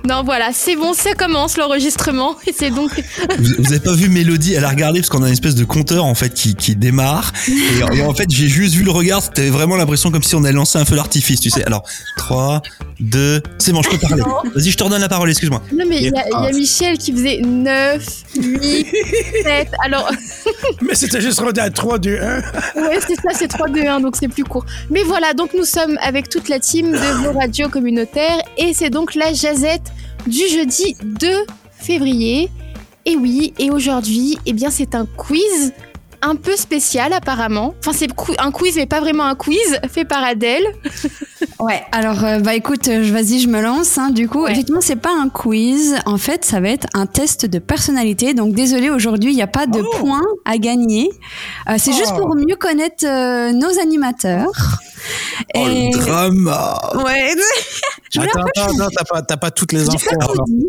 Non, voilà, c'est bon, ça commence l'enregistrement. Et c'est donc. Vous avez pas vu Mélodie, elle a regardé parce qu'on a une espèce de compteur en fait qui démarre. Et en fait, j'ai juste vu le regard, c'était vraiment l'impression comme si on allait lancer un feu d'artifice, tu sais. Alors, 3, 2, c'est bon, je peux parler. Vas-y, je te redonne la parole, excuse-moi. Non, mais il y a Michel qui faisait 9, 8, 7. Alors. Mais c'était juste rendu à 3, 2, 1. Ouais, c'est ça, c'est 3, 2, 1, donc c'est plus court. Mais voilà, donc nous sommes avec toute la team de vos radios communautaires et c'est donc la jazette du jeudi 2 février. Et oui, et aujourd'hui, eh bien, c'est un quiz un peu spécial apparemment. Enfin, c'est un quiz, mais pas vraiment un quiz, fait par Adèle. Ouais, alors écoute, vas-y, je me lance. Du coup, effectivement, c'est pas un quiz. En fait, ça va être un test de personnalité. Donc, désolé, aujourd'hui, il n'y a pas de points à gagner. C'est juste pour mieux connaître nos animateurs. Le drama. Ouais. Attends, t'as pas toutes les infos.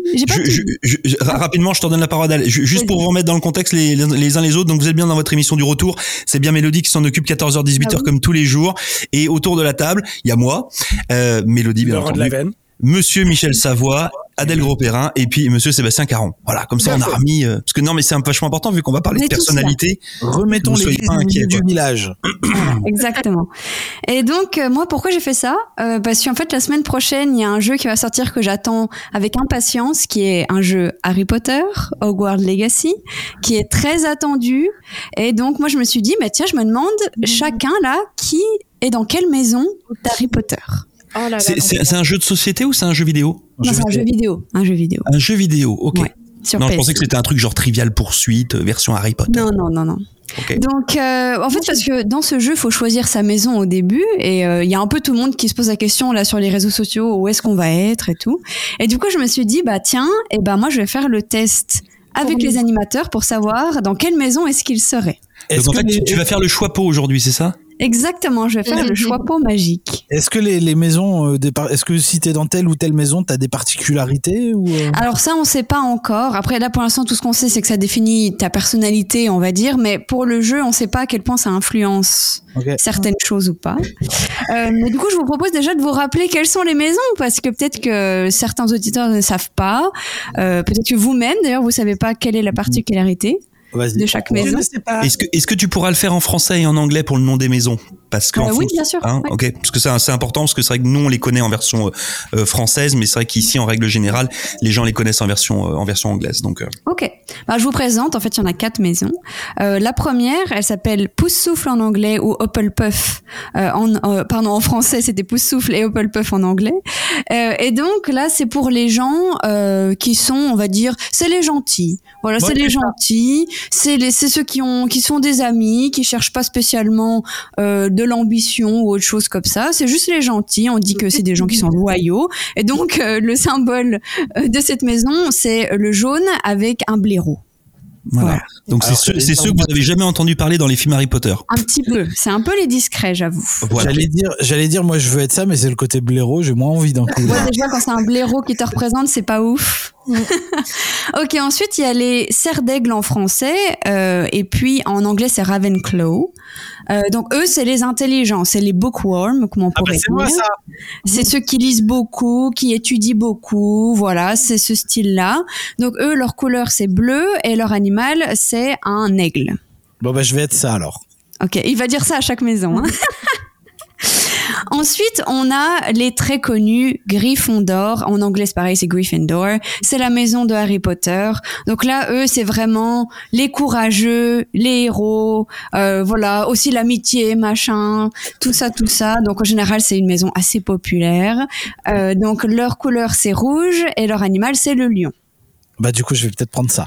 Rapidement, je t'en donne la parole d'Adèle. Juste pour vous remettre dans le contexte les uns les autres. Donc, vous êtes bien dans votre émission du retour. C'est bien Mélodie qui s'en occupe 14h, 18h comme tous les jours. Et autour de la table, il y a moi, Mélodie, bien entendu. Monsieur Michel Savoie, Adèle Gros-Perrin et puis Monsieur Sébastien Caron. Voilà, comme ça on a remis parce que non mais c'est vachement important vu qu'on va parler de personnalité. Remettons les pieds du village. Exactement. Et donc moi pourquoi j'ai fait ça parce qu'en fait la semaine prochaine il y a un jeu qui va sortir que j'attends avec impatience qui est un jeu Harry Potter Hogwarts Legacy qui est très attendu et donc moi je me suis dit tiens je me demande chacun là qui est dans quelle maison d'Harry Potter. Oh là là, c'est un jeu de société ou c'est un jeu vidéo? Non, c'est un jeu vidéo. Un jeu vidéo, ok. Ouais, non, je pensais que c'était un truc genre Trivial Poursuite, version Harry Potter. Non. Okay. Donc, en fait, parce que dans ce jeu, il faut choisir sa maison au début et il y a un peu tout le monde qui se pose la question là sur les réseaux sociaux, où est-ce qu'on va être et tout. Et du coup, je me suis dit, moi, je vais faire le test avec les animateurs pour savoir dans quelle maison est-ce qu'ils seraient. Donc, en fait, tu vas faire le choix pot aujourd'hui, c'est ça? Exactement, je vais faire le choix pot magique. Est-ce que les maisons, est-ce que si t'es dans telle ou telle maison, t'as des particularités ou Alors ça, on sait pas encore. Après, là, pour l'instant, tout ce qu'on sait, c'est que ça définit ta personnalité, on va dire. Mais pour le jeu, on sait pas à quel point ça influence certaines choses ou pas. Mais du coup, je vous propose déjà de vous rappeler quelles sont les maisons, parce que peut-être que certains auditeurs ne savent pas. Peut-être que vous-même, d'ailleurs, vous savez pas quelle est la particularité. De chaque maison. Est-ce que tu pourras le faire en français et en anglais pour le nom des maisons? Parce que oui, bien sûr. Ouais. Ok, parce que c'est important parce que c'est vrai que nous on les connaît en version française, mais c'est vrai qu'ici en règle générale les gens les connaissent en version anglaise. Donc. Ok. Je vous présente. En fait, il y en a 4 maisons. La première, elle s'appelle Pouce-Souffle en anglais ou Hufflepuff. En français, c'était Pouce-Souffle et Hufflepuff en anglais. Et donc là, c'est pour les gens qui sont, on va dire, c'est les gentils. Voilà, c'est les gentils. C'est ceux qui sont des amis, qui cherchent pas spécialement de l'ambition ou autre chose comme ça. C'est juste les gentils. On dit que c'est des gens qui sont loyaux. Et donc le symbole de cette maison, c'est le jaune avec un blaireau. Voilà. Donc c'est ceux que vous avez jamais entendu parler dans les films Harry Potter. Un petit peu. C'est un peu les discrets, j'avoue. Voilà. J'allais dire, moi je veux être ça, mais c'est le côté blaireau. J'ai moins envie d'un coup. Ouais, déjà quand c'est un blaireau qui te représente, c'est pas ouf. Ok, ensuite il y a les cerfs d'aigle en français et puis en anglais c'est Ravenclaw. Donc eux c'est les intelligents, c'est les bookworms comme on pourrait dire. Moi, ça. C'est ceux qui lisent beaucoup, qui étudient beaucoup, voilà, c'est ce style-là. Donc eux leur couleur c'est bleu et leur animal c'est un aigle. Bon je vais être ça alors. Ok, il va dire ça à chaque maison. Hein. Ensuite, on a les très connus Gryffondor. En anglais, c'est pareil, c'est Gryffindor. C'est la maison de Harry Potter. Donc là, eux, c'est vraiment les courageux, les héros, voilà, aussi l'amitié, machin, tout ça. Donc en général, c'est une maison assez populaire. Donc leur couleur, c'est rouge et leur animal, c'est le lion. Du coup, je vais peut-être prendre ça.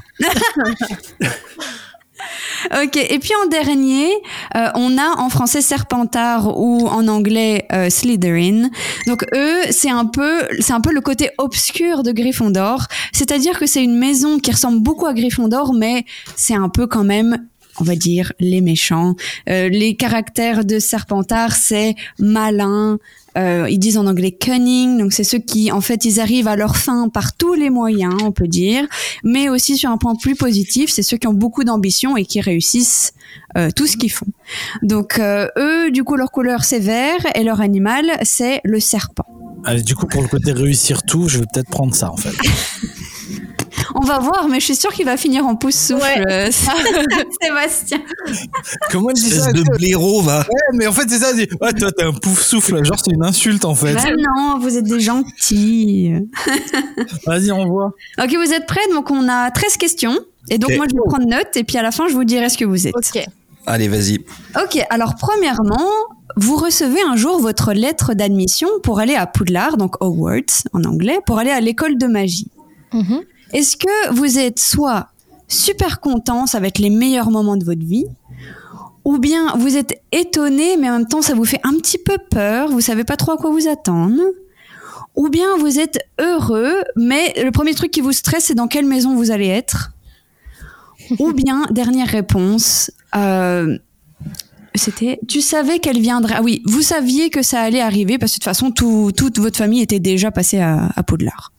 Ok, et puis en dernier, on a en français Serpentard ou en anglais Slytherin. Donc eux, c'est un peu le côté obscur de Gryffondor, c'est-à-dire que c'est une maison qui ressemble beaucoup à Gryffondor, mais c'est un peu quand même, on va dire, les méchants. Les caractères de Serpentard, c'est malin. Ils disent en anglais cunning, donc c'est ceux qui, en fait, ils arrivent à leur fin par tous les moyens, on peut dire, mais aussi sur un point plus positif, c'est ceux qui ont beaucoup d'ambition et qui réussissent tout ce qu'ils font. Donc eux, du coup, leur couleur c'est vert et leur animal c'est le serpent. Allez, du coup, pour le côté réussir tout, je vais peut-être prendre ça, en fait. On va voir, mais je suis sûre qu'il va finir en pouce-souffle, Sébastien. Comment il dit ça? Espèce de blaireau, va. Ouais, mais en fait, c'est ça. Ouais, toi, t'es un pouf-souffle. Genre, c'est une insulte, en fait. Bah non, vous êtes des gentils. Vas-y, on voit. Ok, vous êtes prêts? Donc, on a 13 questions. Et donc, moi, je vais prendre note. Et puis, à la fin, je vous dirai ce que vous êtes. Ok. Allez, vas-y. Ok, alors, premièrement, vous recevez un jour votre lettre d'admission pour aller à Poudlard, donc Hogwarts en anglais, pour aller à l'école de magie. Mhm. Est-ce que vous êtes soit super content, ça va être les meilleurs moments de votre vie, ou bien vous êtes étonné, mais en même temps ça vous fait un petit peu peur, vous savez pas trop à quoi vous attendre, ou bien vous êtes heureux, mais le premier truc qui vous stresse, c'est dans quelle maison vous allez être, ou bien, dernière réponse, c'était, tu savais qu'elle viendrait. Ah oui, vous saviez que ça allait arriver, parce que de toute façon, toute votre famille était déjà passée à Poudlard.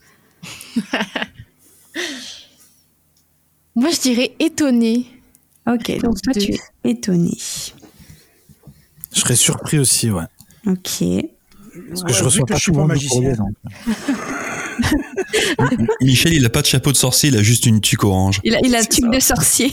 Moi, je dirais étonné. Ok, donc toi, tu es étonné. Je serais surpris aussi, ouais. Ok. Parce que je reçois pas souvent de courrier, donc. Michel, il a pas de chapeau de sorcier, il a juste une tuque orange. Il a le truc de sorcier.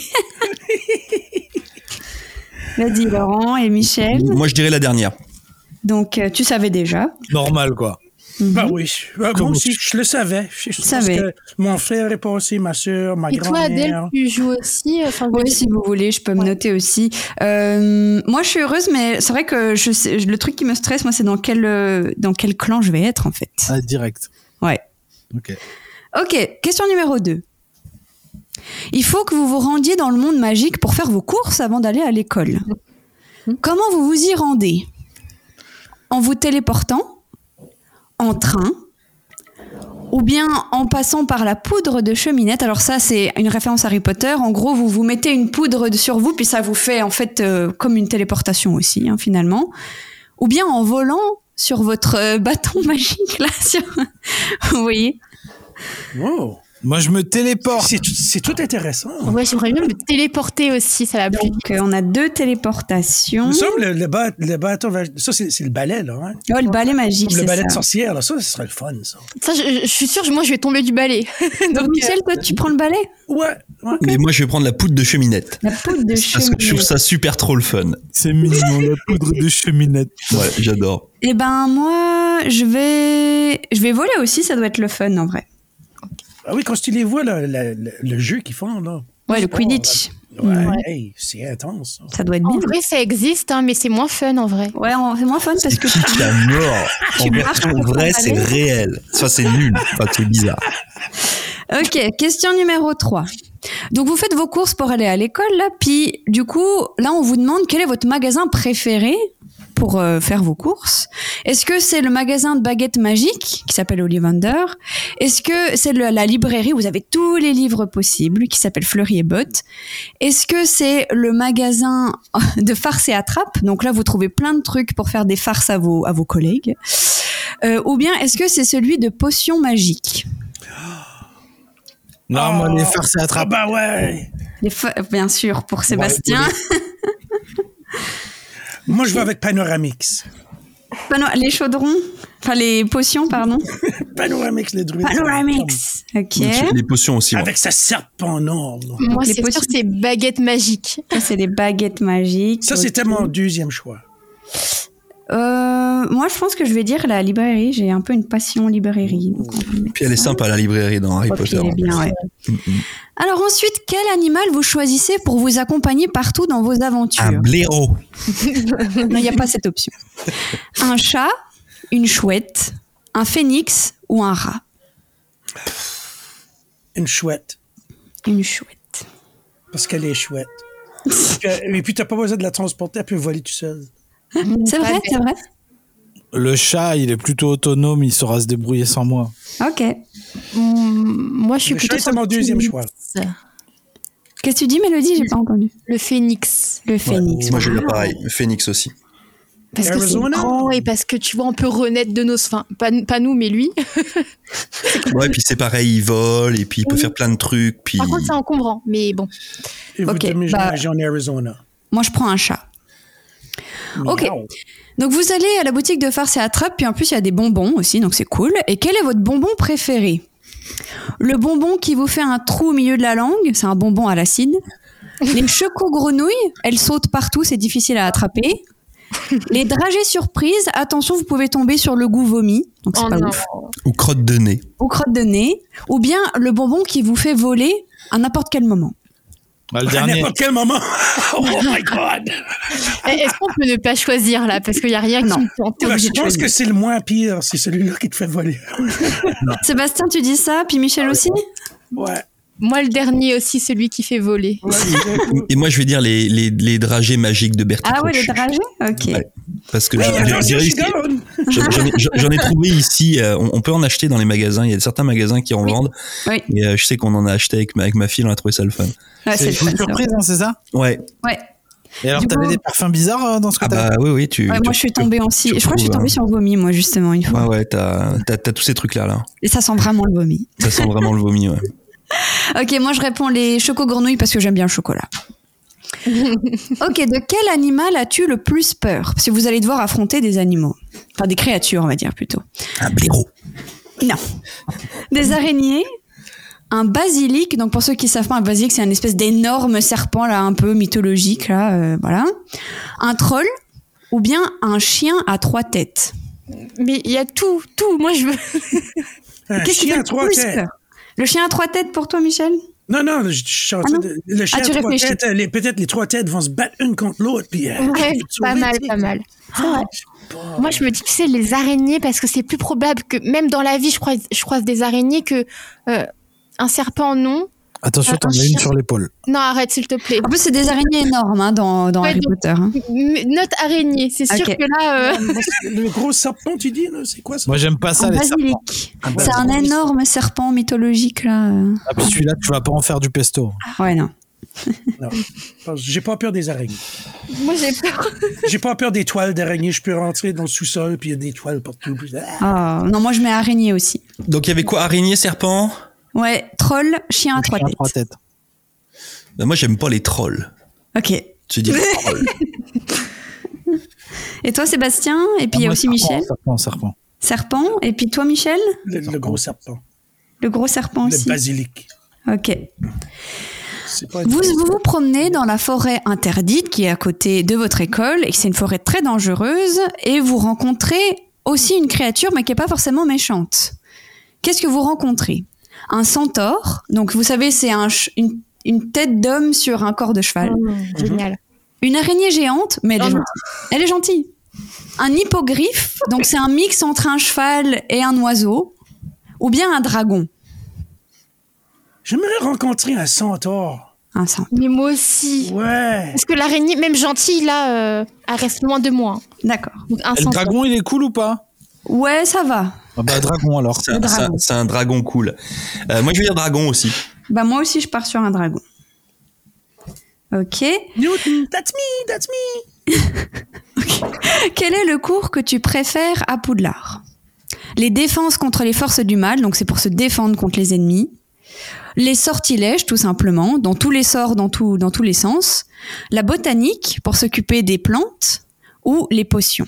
Vas-y, Laurent et Michel. Moi, je dirais la dernière. Donc, tu savais déjà. Normal, quoi. Bah oui, moi aussi, je le savais. Je savais. Que mon frère est passé, ma soeur, ma grand-mère. Et toi, Adèle, tu joues aussi Oui, si vous voulez, je peux me noter aussi. Moi, je suis heureuse, mais c'est vrai que le truc qui me stresse, moi, c'est dans quel clan je vais être, en fait. Ah, direct. Ouais. Ok, question numéro 2. Il faut que vous vous rendiez dans le monde magique pour faire vos courses avant d'aller à l'école. Comment vous vous y rendez? En vous téléportant? En train, ou bien en passant par la poudre de cheminette. Alors ça, c'est une référence à Harry Potter. En gros, vous mettez une poudre sur vous, puis ça vous fait en fait comme une téléportation aussi, hein, finalement. Ou bien en volant sur votre bâton magique, là. Vous voyez? Wow. Moi, je me téléporte. C'est tout intéressant. Ouais, j'aimerais bien me téléporter aussi, ça va plus. Donc, on a 2 téléportations. Nous sommes le bâton. Ça, c'est le balai, là. Hein? Oh, le balai magique, comme c'est le balai ça. de sorcière, là. Ça, ce serait le fun, ça. Ça, je suis sûre, moi, je vais tomber du balai. Donc, Michel, toi, tu prends le balai? Ouais. Mais moi, je vais prendre la poudre de cheminette. La poudre de cheminette. Parce que je trouve ça super trop le fun. C'est mignon, la poudre de cheminette. Ouais, j'adore. Eh ben, moi, je vais voler aussi, ça doit être le fun, en vrai. Ah oui, quand tu les vois, là, le jeu qu'ils font, là. Ouais, le Quidditch. Ouais, hey, c'est intense. Ça doit être En bien. vrai, ça existe, hein, mais c'est moins fun en vrai. Ouais, c'est moins fun parce que Kick à mort. En version vraie, c'est réel. Ça, c'est nul. Enfin, c'est bizarre. Ok, question numéro 3. Donc, vous faites vos courses pour aller à l'école, là, puis du coup, là, on vous demande quel est votre magasin préféré pour faire vos courses. Est-ce que c'est le magasin de baguettes magiques qui s'appelle Ollivander? Est-ce que c'est la librairie où vous avez tous les livres possibles qui s'appelle Fleury et Bottes? Est-ce que c'est le magasin de farce et attrape? Donc là, vous trouvez plein de trucs pour faire des farces à vos collègues. Ou bien est-ce que c'est celui de potions magiques? Non, moi, les farces et attrape. Ah bah ouais. Bien sûr, pour Sébastien. Moi, je vais avec Panoramix. Les chaudrons, enfin les potions, pardon. Panoramix, les druides. Panoramix, ok. Les potions aussi, moi. Avec sa serpe en or. Moi, les c'est potions. sûr, c'est baguette magique. Ça, c'est des baguettes magiques. Ça, c'était mon deuxième choix. Moi, je pense que je vais dire la librairie. J'ai un peu une passion librairie. Donc Puis elle est sympa, la librairie dans Harry Potter. Elle est bien, ouais. Alors ensuite, quel animal vous choisissez pour vous accompagner partout dans vos aventures? Un blaireau. Non, il n'y a pas cette option. Un chat, une chouette, un phénix ou un rat? Une chouette. Une chouette. Parce qu'elle est chouette. Et puis, tu n'as pas besoin de la transporter, elle peut voler tout seul. C'est vrai, c'est vrai. Le chat, il est plutôt autonome, il saura se débrouiller sans moi. Ok. Moi, je suis Le plutôt chat, c'est mon deuxième choix. Qu'est-ce que tu dis, Mélodie? J'ai pas entendu. Le phénix. Le phénix. Moi, je dirais pareil. Le phénix aussi. Parce que c'est Arizona. grand et parce que tu vois, on peut renaître de nos... Enfin, pas nous, mais lui. Ouais, puis c'est pareil, il vole et puis il peut faire plein de trucs. Puis... Par contre, c'est encombrant, mais bon. Et vous Ok, déménagez en Arizona. Moi, je prends un chat. Ok. Donc vous allez à la boutique de farce et attrape, puis en plus il y a des bonbons aussi, donc c'est cool. Et quel est votre bonbon préféré? Le bonbon qui vous fait un trou au milieu de la langue, c'est un bonbon à l'acide. Les chocos-grenouilles, elles sautent partout, c'est difficile à attraper. Les dragées surprises, attention, vous pouvez tomber sur le goût vomi, donc c'est pas ouf. Ou crotte de nez. Ou bien le bonbon qui vous fait voler à n'importe quel moment. Le dernier. À n'importe quel moment. Oh my God. Est-ce qu'on peut ne pas choisir là? Parce qu'il n'y a rien qui Je pense que c'est le moins pire, c'est celui-là qui te fait voler. Sébastien, tu dis ça, puis Michel aussi? Ouais. Moi, le dernier aussi, celui qui fait voler. Ouais. Et moi, je vais dire les dragées magiques de Bertie Ah ouais, les Croche. dragées? Ok. Ouais. Parce que J'en ai trouvé ici, on peut en acheter dans les magasins, il y a certains magasins qui en vendent. Oui. Et je sais qu'on en a acheté avec ma fille, on a trouvé ça le fun. Ouais, C'est une surprise, hein, c'est ça? Ouais. Et alors, t'avais des parfums bizarres dans ce que t'as? Bah oui, moi, je suis tombée aussi. Je crois que je suis tombée sur le vomi, moi, justement, une fois. Ouais, t'as tous ces trucs-là. Et ça sent vraiment le vomi. Ça sent vraiment le vomi, ouais. Ok, moi, je réponds les chocos-grenouilles parce que j'aime bien le chocolat. Ok, de quel animal as-tu le plus peur? Parce que vous allez devoir affronter des animaux. Enfin, des créatures, on va dire plutôt. Un blaireau. Non. Des araignées, un basilic. Donc, pour ceux qui ne savent pas, un basilic, c'est une espèce d'énorme serpent, là, un peu mythologique, là, voilà. Un troll, ou bien un chien à 3 têtes. Mais il y a tout. Moi, je veux. Qu'est-ce qui fait le plus peur? Le chien à 3 têtes pour toi, Michel? Non, je suis en train de... Le chien à 3 têtes, peut-être les 3 têtes vont se battre une contre l'autre. Puis, ouais, pas mal. Moi, je me dis que c'est les araignées parce que c'est plus probable que, même dans la vie, je croise des araignées que un serpent, non. Attention, t'en as une sur l'épaule. Non, arrête, s'il te plaît. En plus, c'est des araignées énormes hein, dans Harry Potter. Hein. Note araignée, c'est sûr que là... Le gros serpent, tu dis, là, c'est quoi ça? Moi, j'aime pas ça, les serpents. C'est un énorme serpent mythologique, là. Ah, puis celui-là, tu vas pas en faire du pesto. Ouais, non. Non, j'ai pas peur des araignées. Moi, j'ai peur. J'ai pas peur des toiles d'araignées. Je peux rentrer dans le sous-sol, puis il y a des toiles partout. Non, moi, je mets araignée aussi. Donc, il y avait quoi? Araignée, serpent? Ouais, troll, chien à 3 têtes. Ben, moi, j'aime pas les trolls. Ok. Tu dis troll. Et toi, Sébastien? Et puis, il y a aussi Michel. Serpent. Et puis toi, Michel? Le gros serpent. Le gros serpent aussi. Le basilic. Ok. Vous vous promenez dans la forêt interdite qui est à côté de votre école et c'est une forêt très dangereuse et vous rencontrez aussi une créature mais qui n'est pas forcément méchante. Qu'est-ce que vous rencontrez? Un centaure, donc vous savez c'est une tête d'homme sur un corps de cheval. Génial. Une araignée géante, mais elle est gentille. Un hippogriffe, donc c'est un mix entre un cheval et un oiseau, ou bien un dragon. J'aimerais rencontrer un centaure. Un centaure. Mais moi aussi. Ouais. Parce que l'araignée, même gentille, là, elle reste loin de moi. D'accord. Le dragon, il est cool ou pas? Ouais, ça va. Ah bah, dragon alors. C'est un dragon cool. Moi, je vais dire dragon aussi. Bah, moi aussi, je pars sur un dragon. Ok. Newton, that's me. Okay. Quel est le cours que tu préfères à Poudlard? Les défenses contre les forces du mal, donc c'est pour se défendre contre les ennemis. Les sortilèges, tout simplement, dans tous les sorts, dans tous les sens. La botanique, pour s'occuper des plantes. Ou les potions.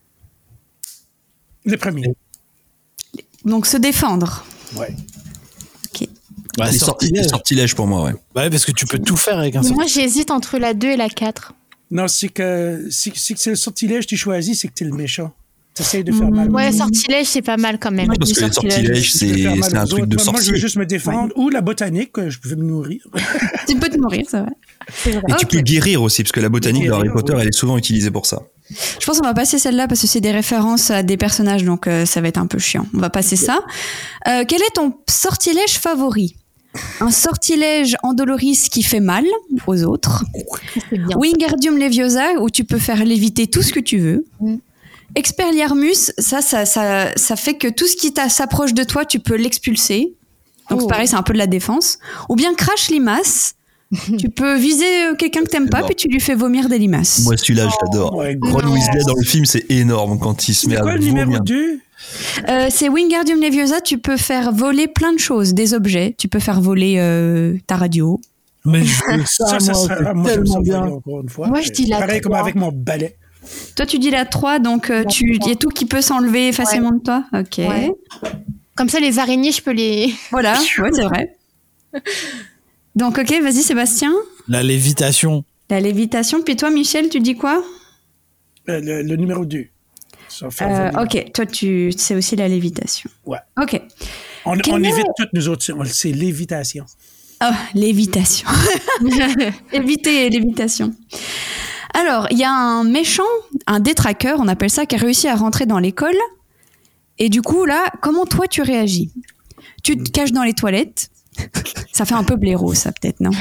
Les premiers. Donc se défendre. Ouais. Ok. Bah, les sortilèges pour moi, ouais. Ouais, parce que tu peux tout faire avec un sortilège. Moi, j'hésite entre la 2 et la 4. Non, c'est que c'est le sortilège que tu choisis, c'est que t'es le méchant. T'essayes de faire mal. Ouais, sortilège, c'est pas mal quand même. Parce que les sortilèges, c'est un truc de sorcier. Moi, je veux juste me défendre. Ouais. Ou la botanique, je peux me nourrir. Tu peux te nourrir, c'est vrai. Et tu peux guérir aussi, parce que la botanique de Harry Potter, elle est souvent utilisée pour ça. Je pense qu'on va passer celle-là parce que c'est des références à des personnages, donc ça va être un peu chiant. On va passer ça. Quel est ton sortilège favori? Un sortilège Andoloris qui fait mal aux autres. Wingardium Leviosa, où tu peux faire léviter tout ce que tu veux. Expelliarmus, ça fait que tout ce qui s'approche de toi, tu peux l'expulser. Donc c'est pareil, c'est un peu de la défense. Ou bien Crash Limace. Tu peux viser quelqu'un que t'aimes pas, puis tu lui fais vomir des limaces. Moi, celui-là, je l'adore. Ron Weasley dans le film, c'est énorme quand il se met à vomir. C'est quoi le numéro 2? C'est Wingardium Leviosa, tu peux faire voler plein de choses, des objets. Tu peux faire voler ta radio. Mais ça serait moi, tellement bien. encore une fois. Moi, je dis la 3. Pareil comme avec mon balai. Toi, tu dis la 3, donc il y a tout qui peut s'enlever facilement de toi. Ok. Ouais. Comme ça, les araignées, je peux les... Voilà, ouais, c'est vrai. Donc, ok, vas-y, Sébastien. La lévitation. La lévitation. Puis toi, Michel, tu dis quoi? Le numéro 2. Ok, toi, c'est aussi la lévitation. Ouais. Ok. On évite toutes nous autres, c'est lévitation. Oh, lévitation. Éviter lévitation. Alors, il y a un méchant, un détraqueur, on appelle ça, qui a réussi à rentrer dans l'école. Et du coup, là, comment toi, tu réagis? Tu te caches dans les toilettes. Ça fait un peu blaireau, ça, peut-être, non?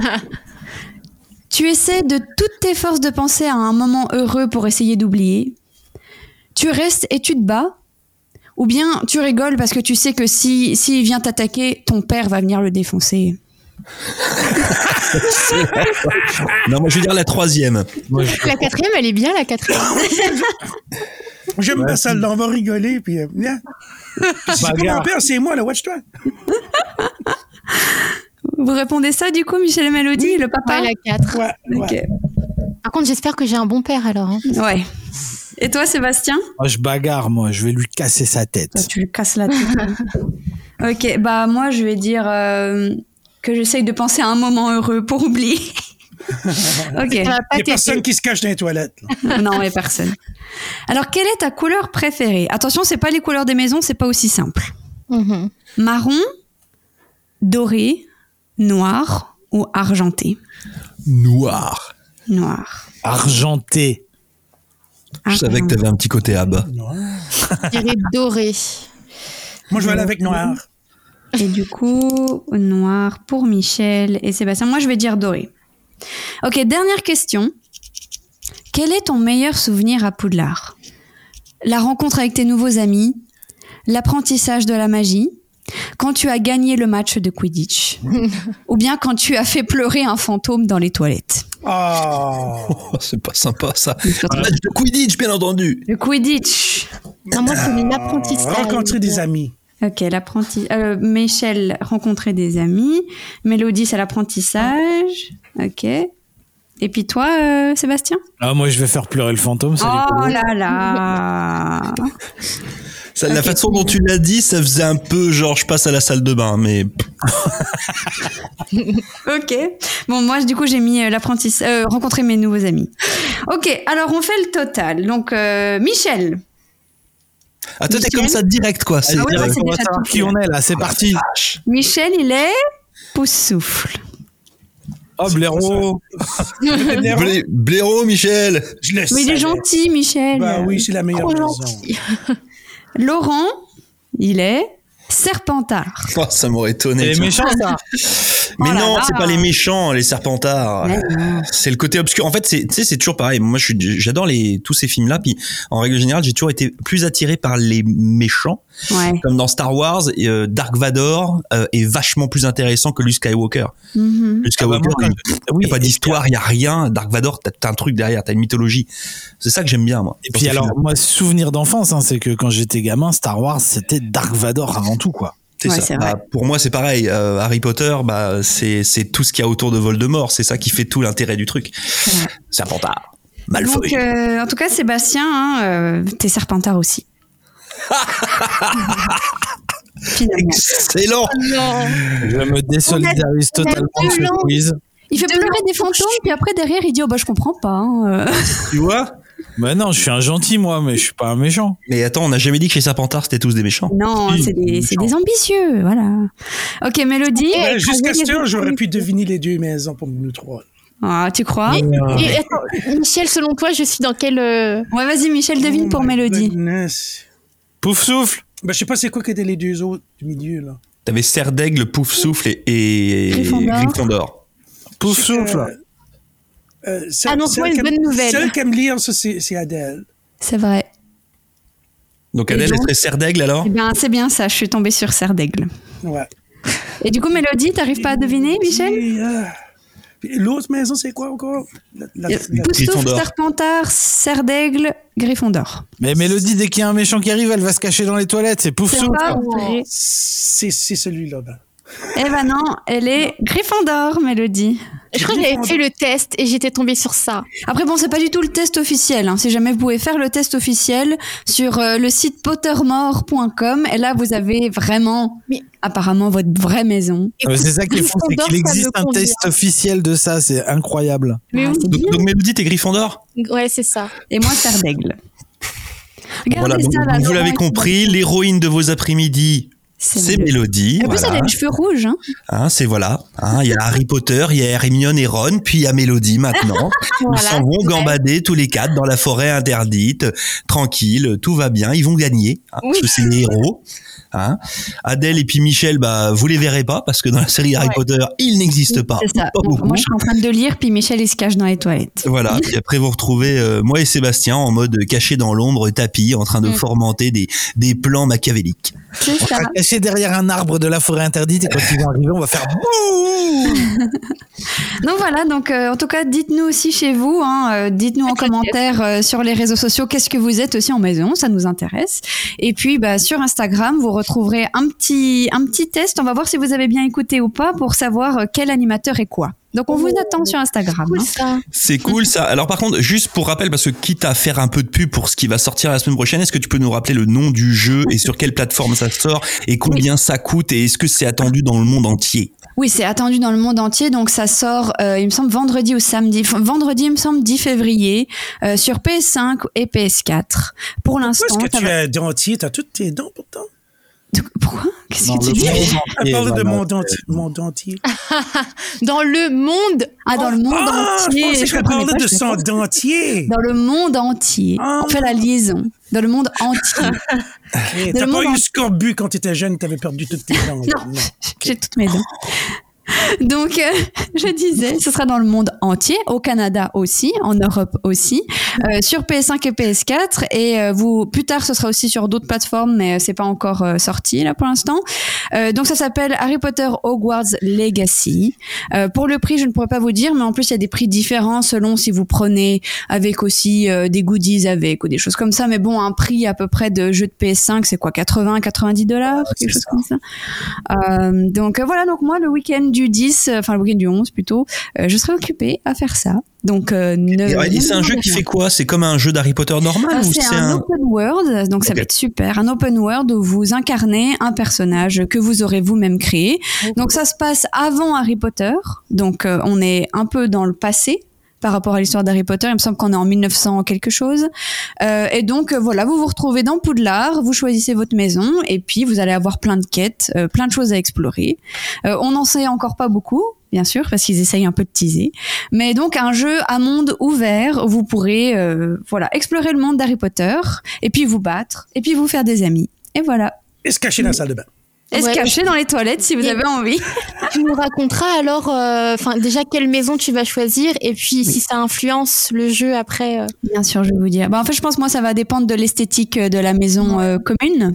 Tu essaies de toutes tes forces de penser à un moment heureux pour essayer d'oublier. Tu restes et tu te bats. Ou bien tu rigoles parce que tu sais que s'il vient t'attaquer, ton père va venir le défoncer. Non, moi je veux dire la 3e. La 4e, elle est bien, la 4e. J'aime pas ça, on va rigoler, puis c'est pas mon père, c'est moi, là, watch-toi. Vous répondez ça, du coup, Michel et Mélodie, le papa? Ouais, la 4. Ouais. Ok. Par contre, j'espère que j'ai un bon père, alors. Hein. Ouais. Et toi, Sébastien? Moi, je bagarre, je vais lui casser sa tête. Tu lui casses la tête. Ok, bah moi, je vais dire que j'essaye de penser à un moment heureux pour oublier. Ok. Il n'y a personne qui se cache dans les toilettes. Non, il n'y a personne. Alors, quelle est ta couleur préférée? Attention, c'est pas les couleurs des maisons, c'est pas aussi simple. Mm-hmm. Marron, doré, noir ou argenté? Noir. Noir. Argenté. Je savais que t'avais un petit côté Abba. Je dirais doré. Moi, je vais aller avec noir. Et du coup, noir pour Michel et Sébastien. Moi, je vais dire doré. Ok, dernière question. Quel est ton meilleur souvenir à Poudlard? La rencontre avec tes nouveaux amis? L'apprentissage de la magie? Quand tu as gagné le match de Quidditch? Ou bien quand tu as fait pleurer un fantôme dans les toilettes? Oh. C'est pas sympa, ça. Un match de Quidditch, bien entendu. Le Quidditch. Non, moi, c'est l'apprentissage. Rencontrer des amis. Ok, Michel, rencontrer des amis. Mélodie, c'est l'apprentissage. Ok. Et puis toi, Sébastien? Ah, moi, je vais faire pleurer le fantôme. Oh là là. La façon dont tu l'as dit, ça faisait un peu genre je passe à la salle de bain, mais... Ok. Bon, moi, du coup, j'ai mis rencontrer mes nouveaux amis. Ok, alors on fait le total. Donc, Michel. Ah, toi, t'es comme ça direct, quoi. C'est ouais, direct, on va savoir qui on est, là. C'est parti. Michel, il est pouce-souffle. Oh, blaireau. Blaireau, Michel. Je le sais. Mais il est gentil, Michel. Bah oui, c'est la meilleure maison. Laurent, il est Serpentard. Oh, ça m'aurait étonné. C'est méchant, ça. Mais Oh là non, là. c'est pas les méchants, les Serpentards. Ouais. C'est le côté obscur. En fait, c'est toujours pareil. Moi, j'adore tous ces films-là. Puis, en règle générale, j'ai toujours été plus attiré par les méchants. Ouais. Comme dans Star Wars, Dark Vador est vachement plus intéressant que Luke Skywalker. Mm-hmm. Luke Skywalker, il n'y a pas d'histoire, il n'y a rien. Dark Vador, t'as un truc derrière, t'as une mythologie. C'est ça que j'aime bien, moi. Et puis alors, moi, souvenir d'enfance, c'est que quand j'étais gamin, Star Wars, c'était Dark Vador avant tout, quoi. C'est ça. C'est vrai. Pour moi, c'est pareil. Harry Potter, c'est tout ce qu'il y a autour de Voldemort. C'est ça qui fait tout l'intérêt du truc. Ouais. Serpentard. Malfoy. Donc, en tout cas, Sébastien, t'es Serpentard aussi. Finalement. Excellent. Non. Je me désolidarise totalement de ce quiz. Il fait pleurer des fantômes, puis après, derrière, il dit « Oh, bah, je comprends pas. Hein. Tu vois? Bah non, je suis un gentil, moi, mais je suis pas un méchant. Mais attends, on n'a jamais dit que les Serpentards, c'était tous des méchants. Non, c'est des ambitieux, voilà. Ok, Mélodie. Jusqu'à cette heure, j'aurais pu deviner les deux maisons pour nous trois. Ah, tu crois? Et attends, Michel, selon toi, je suis dans quel... Ouais, vas-y, Michel, devine pour Mélodie. Goodness. Pouf souffle. Ben, je sais pas c'est quoi qu'étaient les deux autres du milieu, là. T'avais Serre d'Aigle, Pouf Souffle et Gryffondor. Pouf souffle. Annonce-moi une bonne nouvelle. Celle qui aime lire, ça, c'est Adèle. C'est vrai. Donc Adèle, elle serait Serre d'Aigle, alors? Eh bien, c'est bien ça, je suis tombée sur Serre d'Aigle. Ouais. Et du coup, Mélodie, t'arrives pas à deviner, Michel? Puis l'autre maison, c'est quoi encore? Poufsouffle, Serpentard, Serre d'Aigle, Gryffondor. Mais Mélodie, dès qu'il y a un méchant qui arrive, elle va se cacher dans les toilettes. C'est pouf C'est souffle. pas vrai. C'est celui-là. Ben. Eh ben non, elle est Gryffondor, Mélodie. Je crois que j'avais fait le test et j'étais tombée sur ça. Après bon, c'est pas du tout le test officiel. Hein. Si jamais vous pouvez faire le test officiel sur le site pottermore.com, et là vous avez vraiment, apparemment, votre vraie maison. C'est ça qui est fou, c'est qu'il existe un test officiel de ça, c'est incroyable. Mais donc Mélodie, t'es Gryffondor ? Ouais, c'est ça. Et moi, Terre d'Aigle. Voilà, donc, ça, là, vous l'avez compris, l'héroïne de vos après-midi, c'est Mélodie. En plus, elle a les cheveux rouges. C'est voilà. Il y a Harry Potter, il y a Hermione et Ron, puis il y a Mélodie maintenant. Ils s'en vont gambader tous les 4 dans la forêt interdite, tranquille, tout va bien. Ils vont gagner, parce que c'est les héros. Adèle et puis Michel, vous les verrez pas parce que dans la série Harry Potter, ils n'existent pas. C'est ça. Pas beaucoup. Moi, je suis en train de lire, puis Michel, il se cache dans les toilettes. Voilà. Puis après, vous retrouvez moi et Sébastien en mode caché dans l'ombre, tapis, en train de fomenter des plans machiavéliques. C'est ça. On va cacher derrière un arbre de la forêt interdite et quand ils vont arriver, on va faire bouh. Donc voilà, en tout cas, dites-nous aussi chez vous, dites-nous en commentaire sur les réseaux sociaux qu'est-ce que vous êtes aussi en maison, ça nous intéresse. Et puis sur Instagram, vous retrouverez un petit test, on va voir si vous avez bien écouté ou pas pour savoir quel animateur est quoi. Donc on vous attend sur Instagram. Cool, ça. C'est cool ça. Alors par contre, juste pour rappel, parce que quitte à faire un peu de pub pour ce qui va sortir la semaine prochaine, est-ce que tu peux nous rappeler le nom du jeu et sur quelle plateforme ça sort et combien ça coûte et est-ce que c'est attendu dans le monde entier ? Oui, c'est attendu dans le monde entier, donc ça sort, il me semble, vendredi ou samedi. Vendredi, il me semble, 10 février, sur PS5 et PS4. Pour l'instant... Pourquoi est-ce que tu as dentier? T'as toutes tes dents pourtant? Pourquoi? Qu'est-ce que tu dis? Elle parle de mon dentier. Dans le monde. Dans le monde entier. Je pensais qu'elle parlait de son dentier. Dans le monde entier. On fait la liaison. Dans le monde entier. Okay. T'as pas eu scorbut quand t'étais jeune, t'avais perdu toutes tes dents. Non. J'ai toutes mes dents. Donc, je disais, ce sera dans le monde entier, au Canada aussi, en Europe aussi, sur PS5 et PS4, et plus tard, ce sera aussi sur d'autres plateformes, mais c'est pas encore sorti là pour l'instant. Donc, ça s'appelle Harry Potter Hogwarts Legacy. Pour le prix, je ne pourrais pas vous dire, mais en plus, il y a des prix différents selon si vous prenez avec aussi des goodies avec ou des choses comme ça. Mais bon, un prix à peu près de jeu de PS5, c'est quoi, $90 quelque chose comme ça. Donc voilà, donc moi, le week-end du 10, enfin le week-end du 11 plutôt, je serai occupée à faire ça. Donc, et c'est un jeu qui fait quoi? C'est comme un jeu d'Harry Potter normal ou c'est un open world, donc ça va être super. Un open world où vous incarnez un personnage que vous aurez vous-même créé. Donc ça se passe avant Harry Potter, donc on est un peu dans le passé par rapport à l'histoire d'Harry Potter. Il me semble qu'on est en 1900 quelque chose. Et donc, voilà, vous vous retrouvez dans Poudlard, vous choisissez votre maison, et puis vous allez avoir plein de quêtes, plein de choses à explorer. On n'en sait encore pas beaucoup, bien sûr, parce qu'ils essayent un peu de teaser. Mais donc, un jeu à monde ouvert, vous pourrez, explorer le monde d'Harry Potter, et puis vous battre, et puis vous faire des amis. Et voilà. Et se cacher dans la salle de bain. Et se cacher dans les toilettes si vous avez envie. Tu nous raconteras alors, déjà quelle maison tu vas choisir et puis si ça influence le jeu après. Bien sûr, je vais vous dire. En fait, je pense moi ça va dépendre de l'esthétique de la maison commune.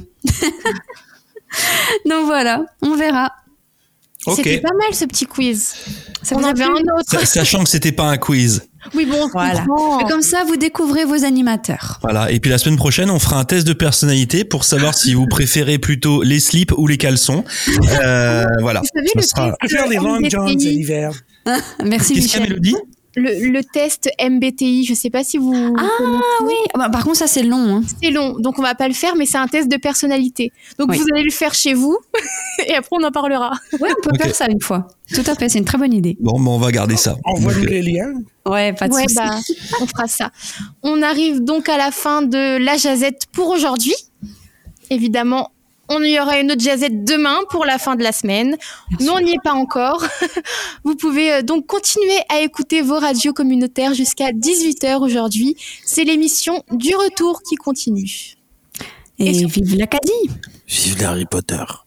Donc voilà, on verra. Okay. C'était pas mal ce petit quiz. On avait un autre. Sachant que c'était pas un quiz. Oui, bon, voilà. Et comme ça, vous découvrez vos animateurs. Voilà. Et puis la semaine prochaine, on fera un test de personnalité pour savoir si vous préférez plutôt les slips ou les caleçons. Voilà. Vous savez, faire les long johns l'hiver. Merci Michel. Mélodie? Le test MBTI, je sais pas si vous connaissez. Oui. Par contre, ça c'est long. Hein. C'est long, donc on va pas le faire, mais c'est un test de personnalité. Donc vous allez le faire chez vous, et après on en parlera. Ouais, on peut faire ça une fois. Tout à fait, c'est une très bonne idée. Bon, on va garder ça. Envoie-nous les liens. Ouais, pas de souci. On fera ça. On arrive donc à la fin de la jazette pour aujourd'hui. Évidemment, on y aura une autre jazette demain pour la fin de la semaine. Nous, on n'y est pas encore. Vous pouvez donc continuer à écouter vos radios communautaires jusqu'à 18h aujourd'hui. C'est l'émission du retour qui continue. Et vive l'Acadie! Vive Harry Potter!